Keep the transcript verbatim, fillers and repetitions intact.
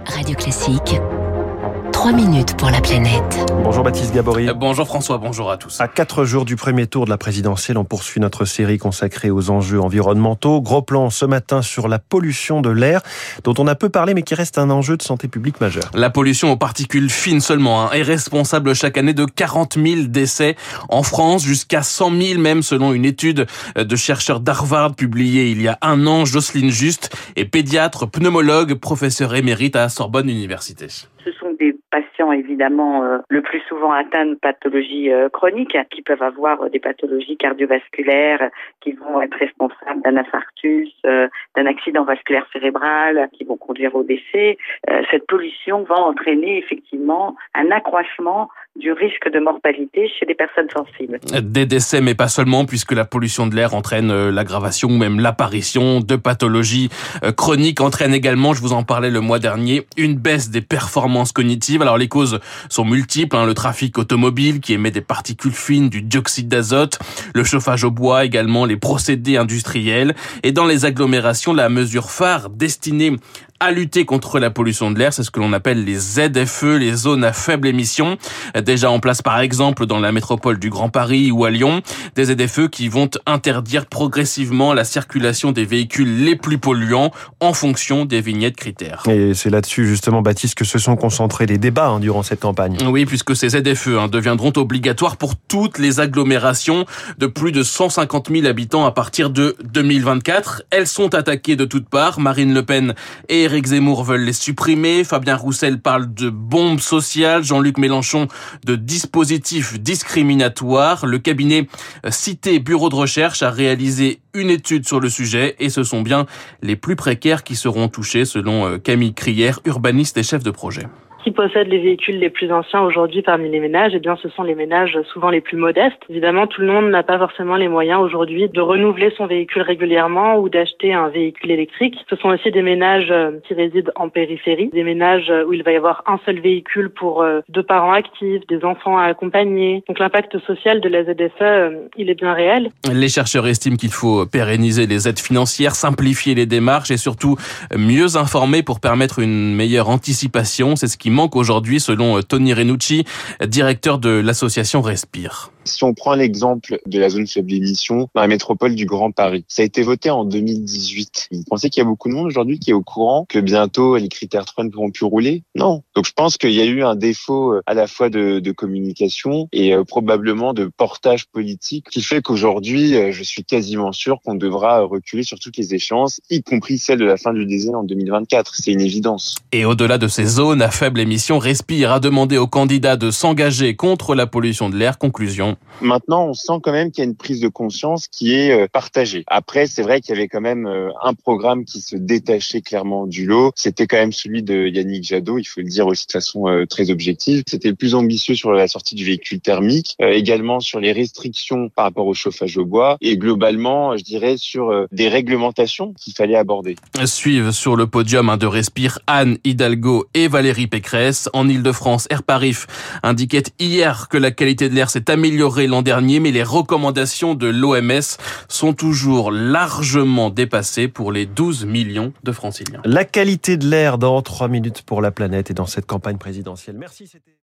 Radio Classique, trois minutes pour la planète. Bonjour Baptiste Gabory. Euh, bonjour François, bonjour à tous. À quatre jours du premier tour de la présidentielle, on poursuit notre série consacrée aux enjeux environnementaux. Gros plan ce matin sur la pollution de l'air, dont on a peu parlé mais qui reste un enjeu de santé publique majeur. La pollution aux particules fines seulement hein, est responsable chaque année de quarante mille décès en France, jusqu'à cent mille même selon une étude de chercheurs d'Harvard publiée il y a un an. Jocelyne Juste est pédiatre, pneumologue, professeur émérite à Sorbonne Université. Ce sont des patients évidemment euh, le plus souvent atteints de pathologies euh, chroniques, qui peuvent avoir euh, des pathologies cardiovasculaires qui vont être responsables d'un infarctus, euh, d'un accident vasculaire cérébral, qui vont conduire au décès. Euh, cette pollution va entraîner effectivement un accroissement du risque de mortalité chez des personnes sensibles. Des décès, mais pas seulement, puisque la pollution de l'air entraîne l'aggravation ou même l'apparition de pathologies chroniques, entraîne également, je vous en parlais le mois dernier, une baisse des performances cognitives. Alors les causes sont multiples, hein, le trafic automobile qui émet des particules fines, du dioxyde d'azote, le chauffage au bois également, les procédés industriels. Et dans les agglomérations, la mesure phare destinée à lutter contre la pollution de l'air, c'est ce que l'on appelle les Z F E, les zones à faible émission, déjà en place par exemple dans la métropole du Grand Paris ou à Lyon, des Z F E qui vont interdire progressivement la circulation des véhicules les plus polluants en fonction des vignettes critères. Et c'est là-dessus justement, Baptiste, que se sont concentrés les débats hein, durant cette campagne. Oui, puisque ces Z F E hein, deviendront obligatoires pour toutes les agglomérations de plus de cent cinquante mille habitants à partir de deux mille vingt-quatre. Elles sont attaquées de toutes parts. Marine Le Pen et Éric Zemmour veulent les supprimer. Fabien Roussel parle de bombe sociale. Jean-Luc Mélenchon de dispositifs discriminatoires. Le cabinet Cité Bureau de Recherche a réalisé une étude sur le sujet et ce sont bien les plus précaires qui seront touchés selon Camille Crière, urbaniste et chef de projet. Qui possèdent les véhicules les plus anciens aujourd'hui parmi les ménages, eh bien ce sont les ménages souvent les plus modestes. Évidemment, tout le monde n'a pas forcément les moyens aujourd'hui de renouveler son véhicule régulièrement ou d'acheter un véhicule électrique. Ce sont aussi des ménages qui résident en périphérie, des ménages où il va y avoir un seul véhicule pour deux parents actifs, des enfants à accompagner. Donc l'impact social de la Z F E, il est bien réel. Les chercheurs estiment qu'il faut pérenniser les aides financières, simplifier les démarches et surtout mieux informer pour permettre une meilleure anticipation. C'est ce qui manque aujourd'hui selon Tony Renucci, directeur de l'association Respire. Si on prend l'exemple de la zone faible émission dans la métropole du Grand Paris, ça a été voté en deux mille dix-huit. Vous pensez qu'il y a beaucoup de monde aujourd'hui qui est au courant que bientôt les critères trois ne pourront plus rouler? Non. Donc je pense qu'il y a eu un défaut à la fois de, de communication et euh, probablement de portage politique qui fait qu'aujourd'hui, euh, je suis quasiment sûr qu'on devra reculer sur toutes les échéances, y compris celle de la fin du diesel en deux mille vingt-quatre. C'est une évidence. Et au-delà de ces zones à faible émission, Respire a demandé aux candidats de s'engager contre la pollution de l'air. Conclusion. Maintenant, on sent quand même qu'il y a une prise de conscience qui est partagée. Après, c'est vrai qu'il y avait quand même un programme qui se détachait clairement du lot. C'était quand même celui de Yannick Jadot, il faut le dire aussi de façon très objective. C'était le plus ambitieux sur la sortie du véhicule thermique, euh, également sur les restrictions par rapport au chauffage au bois et globalement, je dirais, sur des réglementations qu'il fallait aborder. Suivent sur le podium de Respire Anne Hidalgo et Valérie Pécresse. En Ile-de-France, Airparif indiquait hier que la qualité de l'air s'est améliorée l'an dernier, mais les recommandations de l'O M S sont toujours largement dépassées pour les douze millions de franciliens. La qualité de l'air dans trois minutes pour la planète et dans cette campagne présidentielle. Merci, c'était...